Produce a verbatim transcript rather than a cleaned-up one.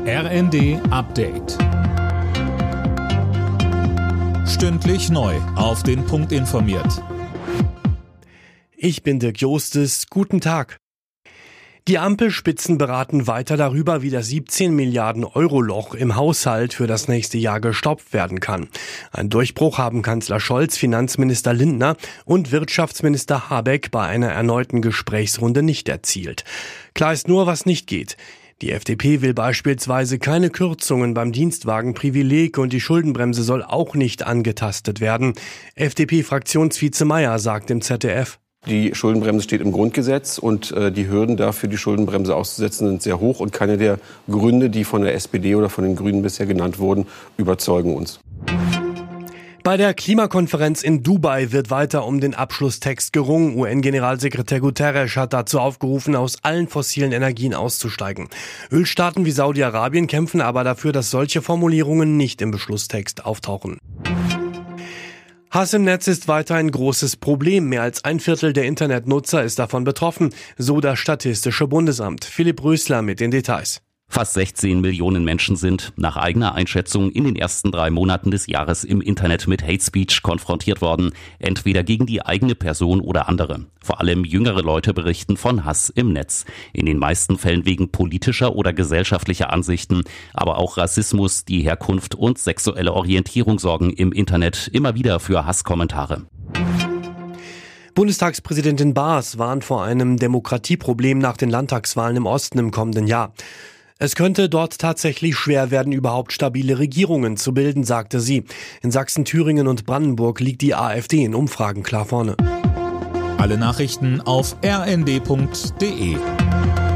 R N D Update. Stündlich neu auf den Punkt informiert. Ich bin Dirk Jostes. Guten Tag. Die Ampelspitzen beraten weiter darüber, wie das siebzehn Milliarden Euro Loch im Haushalt für das nächste Jahr gestopft werden kann. Ein Durchbruch haben Kanzler Scholz, Finanzminister Lindner und Wirtschaftsminister Habeck bei einer erneuten Gesprächsrunde nicht erzielt. Klar ist nur, was nicht geht. Die F D P will beispielsweise keine Kürzungen beim Dienstwagenprivileg und die Schuldenbremse soll auch nicht angetastet werden. F D P-Fraktionsvize Mayer sagt im Z D F: Die Schuldenbremse steht im Grundgesetz und äh, die Hürden dafür, die Schuldenbremse auszusetzen, sind sehr hoch. Und keine der Gründe, die von der S P D oder von den Grünen bisher genannt wurden, überzeugen uns. Bei der Klimakonferenz in Dubai wird weiter um den Abschlusstext gerungen. U N-Generalsekretär Guterres hat dazu aufgerufen, aus allen fossilen Energien auszusteigen. Ölstaaten wie Saudi-Arabien kämpfen aber dafür, dass solche Formulierungen nicht im Beschlusstext auftauchen. Hass im Netz ist weiter ein großes Problem. Mehr als ein Viertel der Internetnutzer ist davon betroffen, so das Statistische Bundesamt. Philipp Rösler mit den Details. Fast sechzehn Millionen Menschen sind nach eigener Einschätzung in den ersten drei Monaten des Jahres im Internet mit Hate Speech konfrontiert worden, entweder gegen die eigene Person oder andere. Vor allem jüngere Leute berichten von Hass im Netz. In den meisten Fällen wegen politischer oder gesellschaftlicher Ansichten, aber auch Rassismus, die Herkunft und sexuelle Orientierung sorgen im Internet immer wieder für Hasskommentare. Bundestagspräsidentin Baas warnt vor einem Demokratieproblem nach den Landtagswahlen im Osten im kommenden Jahr. Es könnte dort tatsächlich schwer werden, überhaupt stabile Regierungen zu bilden, sagte sie. In Sachsen, Thüringen und Brandenburg liegt die AfD in Umfragen klar vorne. Alle Nachrichten auf r n d punkt d e.